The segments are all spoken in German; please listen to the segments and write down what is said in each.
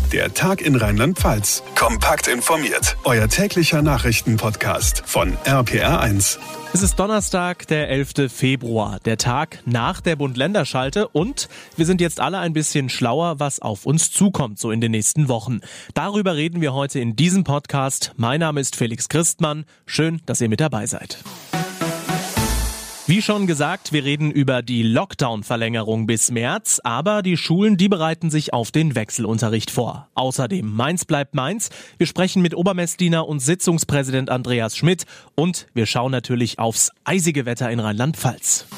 Der Tag in Rheinland-Pfalz. Kompakt informiert. Euer täglicher Nachrichtenpodcast von RPR1. Es ist Donnerstag, der 11. Februar, der Tag nach der Bund-Länder-Schalte und wir sind jetzt alle ein bisschen schlauer, was auf uns zukommt, so in den nächsten Wochen. Darüber reden wir heute in diesem Podcast. Mein Name ist Felix Christmann. Schön, dass ihr mit dabei seid. Wie schon gesagt, wir reden über die Lockdown-Verlängerung bis März, aber die Schulen, die bereiten sich auf den Wechselunterricht vor. Außerdem Mainz bleibt Mainz. Wir sprechen mit Obermessdiener und Sitzungspräsident Andreas Schmidt und wir schauen natürlich aufs eisige Wetter in Rheinland-Pfalz.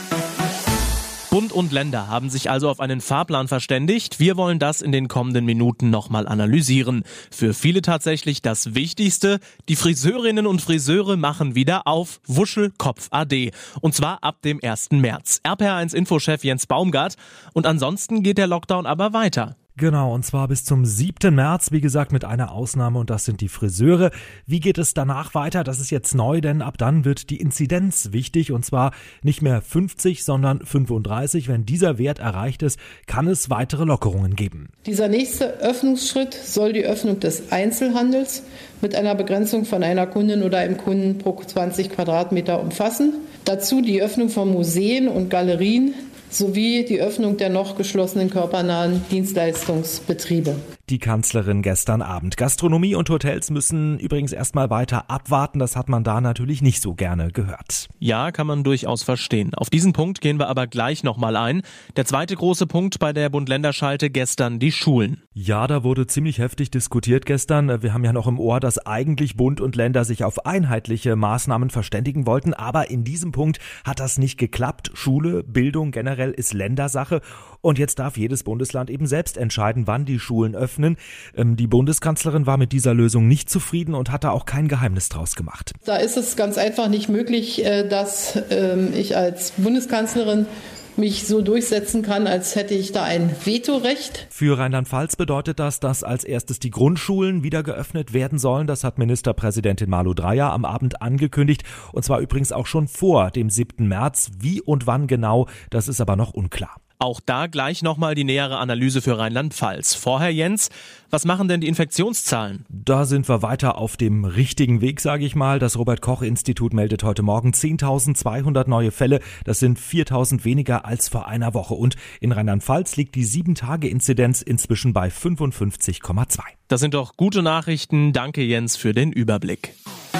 Bund und Länder haben sich also auf einen Fahrplan verständigt. Wir wollen das in den kommenden Minuten nochmal analysieren. Für viele tatsächlich das Wichtigste: die Friseurinnen und Friseure machen wieder auf Wuschelkopf AD. Und zwar ab dem 1. März. RPR1-Infochef Jens Baumgart. Und ansonsten geht der Lockdown aber weiter. Genau, und zwar bis zum 7. März, wie gesagt, mit einer Ausnahme, und das sind die Friseure. Wie geht es danach weiter? Das ist jetzt neu, denn ab dann wird die Inzidenz wichtig, und zwar nicht mehr 50, sondern 35. Wenn dieser Wert erreicht ist, kann es weitere Lockerungen geben. Dieser nächste Öffnungsschritt soll die Öffnung des Einzelhandels mit einer Begrenzung von einer Kundin oder einem Kunden pro 20 Quadratmeter umfassen. Dazu die Öffnung von Museen und Galerien sowie die Öffnung der noch geschlossenen körpernahen Dienstleistungsbetriebe. Die Kanzlerin gestern Abend. Gastronomie und Hotels müssen übrigens erstmal weiter abwarten. Das hat man da natürlich nicht so gerne gehört. Ja, kann man durchaus verstehen. Auf diesen Punkt gehen wir aber gleich nochmal ein. Der zweite große Punkt bei der Bund-Länder-Schalte gestern: die Schulen. Ja, da wurde ziemlich heftig diskutiert gestern. Wir haben ja noch im Ohr, dass eigentlich Bund und Länder sich auf einheitliche Maßnahmen verständigen wollten. Aber in diesem Punkt hat das nicht geklappt. Schule, Bildung generell ist Ländersache. Und jetzt darf jedes Bundesland eben selbst entscheiden, wann die Schulen öffnen. Die Bundeskanzlerin war mit dieser Lösung nicht zufrieden und hat da auch kein Geheimnis draus gemacht. Da ist es ganz einfach nicht möglich, dass ich als Bundeskanzlerin mich so durchsetzen kann, als hätte ich da ein Vetorecht. Für Rheinland-Pfalz bedeutet das, dass als erstes die Grundschulen wieder geöffnet werden sollen. Das hat Ministerpräsidentin Malu Dreyer am Abend angekündigt. Und zwar übrigens auch schon vor dem 7. März. Wie und wann genau, das ist aber noch unklar. Auch da gleich nochmal die nähere Analyse für Rheinland-Pfalz. Vorher, Jens, was machen denn die Infektionszahlen? Da sind wir weiter auf dem richtigen Weg, sage ich mal. Das Robert-Koch-Institut meldet heute Morgen 10.200 neue Fälle. Das sind 4.000 weniger als vor einer Woche. Und in Rheinland-Pfalz liegt die 7-Tage-Inzidenz inzwischen bei 55,2. Das sind doch gute Nachrichten. Danke, Jens, für den Überblick.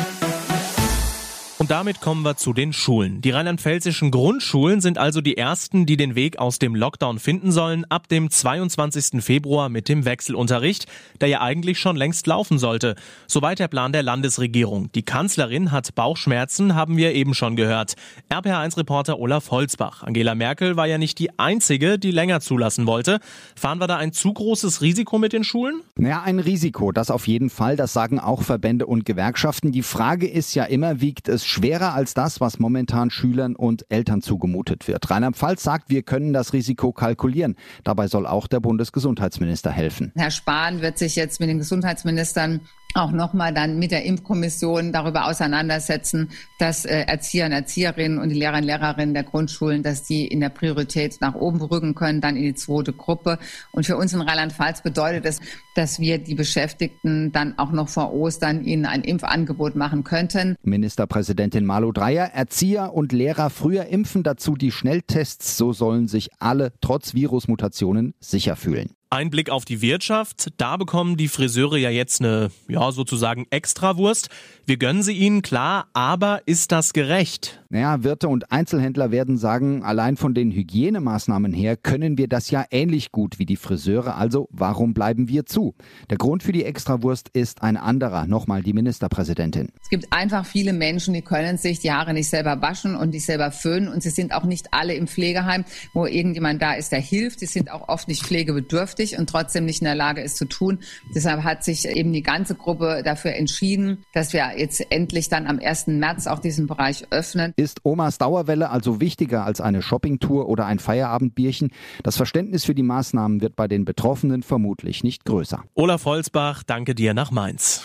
Und damit kommen wir zu den Schulen. Die rheinland-pfälzischen Grundschulen sind also die ersten, die den Weg aus dem Lockdown finden sollen, ab dem 22. Februar mit dem Wechselunterricht, der ja eigentlich schon längst laufen sollte. Soweit der Plan der Landesregierung. Die Kanzlerin hat Bauchschmerzen, haben wir eben schon gehört. RPR1-Reporter Olaf Holzbach. Angela Merkel war ja nicht die Einzige, die länger zulassen wollte. Fahren wir da ein zu großes Risiko mit den Schulen? Ja, ein Risiko, das auf jeden Fall. Das sagen auch Verbände und Gewerkschaften. Die Frage ist ja immer, wiegt es schwerer als das, was momentan Schülern und Eltern zugemutet wird. Rheinland-Pfalz sagt, wir können das Risiko kalkulieren. Dabei soll auch der Bundesgesundheitsminister helfen. Herr Spahn wird sich jetzt mit den Gesundheitsministern auch nochmal dann mit der Impfkommission darüber auseinandersetzen, dass Erzieher und Erzieherinnen und die Lehrer und Lehrerinnen der Grundschulen, dass die in der Priorität nach oben rücken können, dann in die zweite Gruppe. Und für uns in Rheinland-Pfalz bedeutet es, dass wir die Beschäftigten dann auch noch vor Ostern ihnen ein Impfangebot machen könnten. Ministerpräsidentin Malu Dreyer: Erzieher und Lehrer früher impfen, dazu die Schnelltests, so sollen sich alle trotz Virusmutationen sicher fühlen. Ein Blick auf die Wirtschaft. Da bekommen die Friseure ja jetzt eine, sozusagen Extrawurst. Wir gönnen sie ihnen, klar, aber ist das gerecht? Naja, Wirte und Einzelhändler werden sagen, allein von den Hygienemaßnahmen her können wir das ja ähnlich gut wie die Friseure, also warum bleiben wir zu? Der Grund für die Extrawurst ist ein anderer, nochmal die Ministerpräsidentin. Es gibt einfach viele Menschen, die können sich die Haare nicht selber waschen und nicht selber föhnen, und sie sind auch nicht alle im Pflegeheim, wo irgendjemand da ist, der hilft. Sie sind auch oft nicht pflegebedürftig und trotzdem nicht in der Lage, es zu tun. Deshalb hat sich eben die ganze Gruppe dafür entschieden, dass wir jetzt endlich dann am 1. März auch diesen Bereich öffnen. Ist Omas Dauerwelle also wichtiger als eine Shoppingtour oder ein Feierabendbierchen? Das Verständnis für die Maßnahmen wird bei den Betroffenen vermutlich nicht größer. Olaf Holzbach, danke dir nach Mainz.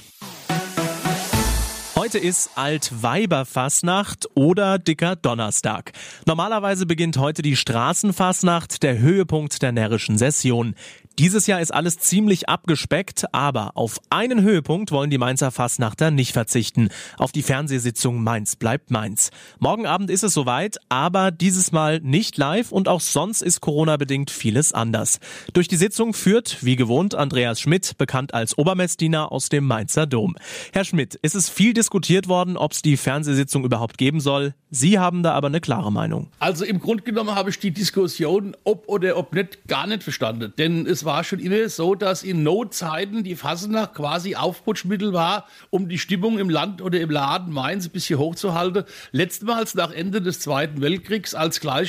Heute ist Altweiberfastnacht oder dicker Donnerstag. Normalerweise beginnt heute die Straßenfastnacht, der Höhepunkt der närrischen Session. Dieses Jahr ist alles ziemlich abgespeckt, aber auf einen Höhepunkt wollen die Mainzer Fasnachter nicht verzichten. Auf die Fernsehsitzung Mainz bleibt Mainz. Morgen Abend ist es soweit, aber dieses Mal nicht live und auch sonst ist Corona-bedingt vieles anders. Durch die Sitzung führt, wie gewohnt, Andreas Schmidt, bekannt als Obermessdiener aus dem Mainzer Dom. Herr Schmidt, es ist viel diskutiert worden, ob es die Fernsehsitzung überhaupt geben soll. Sie haben da aber eine klare Meinung. Also im Grunde genommen habe ich die Diskussion, ob oder ob nicht, gar nicht verstanden. Denn es war schon immer so, dass in Notzeiten die Fasnacht quasi Aufputschmittel war, um die Stimmung im Land oder im Laden Mainz ein bisschen hochzuhalten. Letztmals nach Ende des Zweiten Weltkriegs, als gleich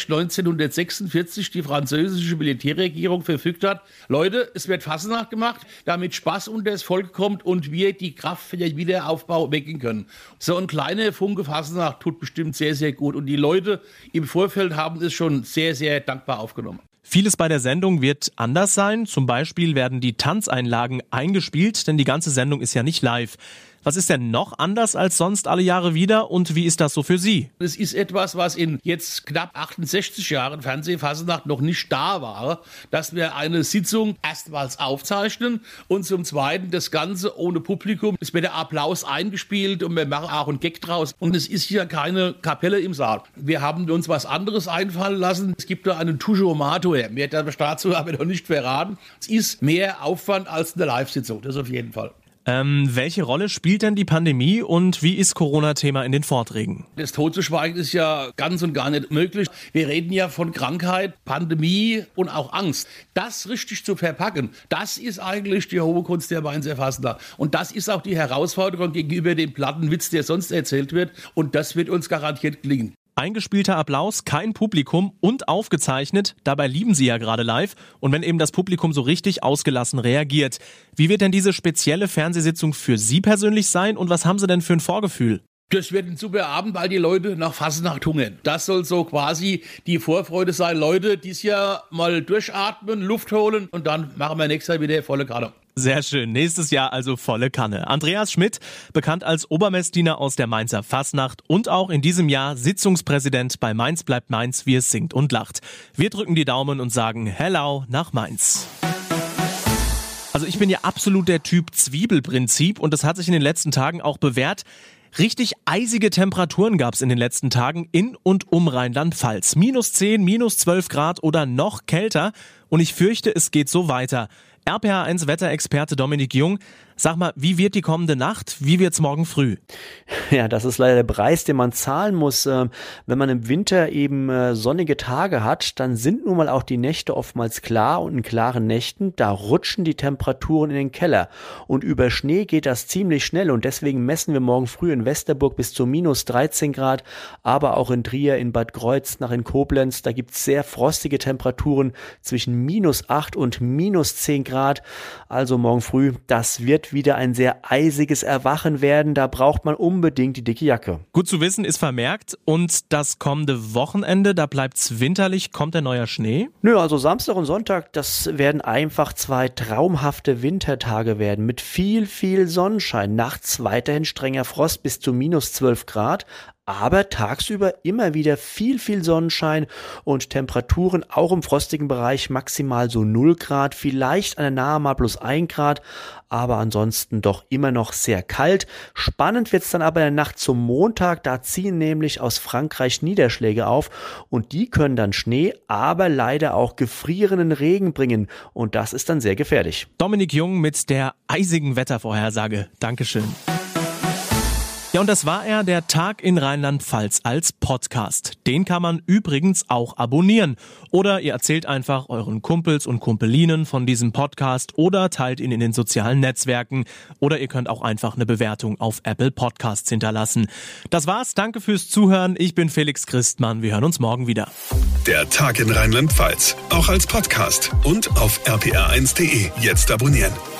1946 die französische Militärregierung verfügt hat, Leute, es wird Fasnacht gemacht, damit Spaß unter das Volk kommt und wir die Kraft für den Wiederaufbau wecken können. So ein kleiner Funke Fasnacht tut bestimmt sehr, sehr gut. Und die Leute im Vorfeld haben es schon sehr, sehr dankbar aufgenommen. Vieles bei der Sendung wird anders sein. Zum Beispiel werden die Tanzeinlagen eingespielt, denn die ganze Sendung ist ja nicht live. Was ist denn noch anders als sonst alle Jahre wieder und wie ist das so für Sie? Es ist etwas, was in jetzt knapp 68 Jahren Fernsehfasnacht noch nicht da war, dass wir eine Sitzung erstmals aufzeichnen und zum Zweiten das Ganze ohne Publikum. Es wird der Applaus eingespielt und wir machen auch einen Gag draus. Und es ist hier keine Kapelle im Saal. Wir haben uns was anderes einfallen lassen. Es gibt da einen Tujomator. Mehr dazu haben wir noch nicht verraten. Es ist mehr Aufwand als eine Live-Sitzung, das auf jeden Fall. Welche Rolle spielt denn die Pandemie und wie ist Corona-Thema in den Vorträgen? Das totzuschweigen ist ja ganz und gar nicht möglich. Wir reden ja von Krankheit, Pandemie und auch Angst. Das richtig zu verpacken, das ist eigentlich die hohe Kunst der Mainzer Fasnacht. Und das ist auch die Herausforderung gegenüber dem platten Witz, der sonst erzählt wird. Und das wird uns garantiert gelingen. Eingespielter Applaus, kein Publikum und aufgezeichnet. Dabei lieben Sie ja gerade live. Und wenn eben das Publikum so richtig ausgelassen reagiert. Wie wird denn diese spezielle Fernsehsitzung für Sie persönlich sein und was haben Sie denn für ein Vorgefühl? Das wird ein super Abend, weil die Leute nach Fasnacht hungern. Das soll so quasi die Vorfreude sein. Leute, dieses Jahr mal durchatmen, Luft holen und dann machen wir nächstes Jahr wieder volle Kanne. Sehr schön. Nächstes Jahr also volle Kanne. Andreas Schmidt, bekannt als Obermessdiener aus der Mainzer Fasnacht und auch in diesem Jahr Sitzungspräsident bei Mainz bleibt Mainz, wie es singt und lacht. Wir drücken die Daumen und sagen Hello nach Mainz. Also ich bin ja absolut der Typ Zwiebelprinzip und das hat sich in den letzten Tagen auch bewährt. Richtig eisige Temperaturen gab es in den letzten Tagen in und um Rheinland-Pfalz. -10, -12 Grad oder noch kälter. Und ich fürchte, es geht so weiter. RPA1-Wetterexperte Dominik Jung, sag mal, wie wird die kommende Nacht? Wie wird's morgen früh? Ja, das ist leider der Preis, den man zahlen muss. Wenn man im Winter eben sonnige Tage hat, dann sind nun mal auch die Nächte oftmals klar und in klaren Nächten, da rutschen die Temperaturen in den Keller. Und über Schnee geht das ziemlich schnell und deswegen messen wir morgen früh in Westerburg bis zu -13 Grad, aber auch in Trier, in Bad Kreuznach, in Koblenz, da gibt's sehr frostige Temperaturen zwischen -8 und -10 Grad. Also morgen früh, das wird wieder ein sehr eisiges Erwachen werden. Da braucht man unbedingt die dicke Jacke. Gut zu wissen, ist vermerkt. Und das kommende Wochenende, da bleibt's winterlich. Kommt der neue Schnee? Nö, also Samstag und Sonntag, das werden einfach 2 traumhafte Wintertage werden. Mit viel, viel Sonnenschein. Nachts weiterhin strenger Frost bis zu -12 Grad. Aber tagsüber immer wieder viel, viel Sonnenschein und Temperaturen auch im frostigen Bereich maximal so 0 Grad, vielleicht an der Nahe mal +1 Grad, aber ansonsten doch immer noch sehr kalt. Spannend wird's dann aber in der Nacht zum Montag, da ziehen nämlich aus Frankreich Niederschläge auf und die können dann Schnee, aber leider auch gefrierenden Regen bringen und das ist dann sehr gefährlich. Dominik Jung mit der eisigen Wettervorhersage. Dankeschön. Ja, und das war er, der Tag in Rheinland-Pfalz als Podcast. Den kann man übrigens auch abonnieren. Oder ihr erzählt einfach euren Kumpels und Kumpelinen von diesem Podcast oder teilt ihn in den sozialen Netzwerken. Oder ihr könnt auch einfach eine Bewertung auf Apple Podcasts hinterlassen. Das war's, danke fürs Zuhören. Ich bin Felix Christmann, wir hören uns morgen wieder. Der Tag in Rheinland-Pfalz, auch als Podcast und auf rpr1.de. Jetzt abonnieren.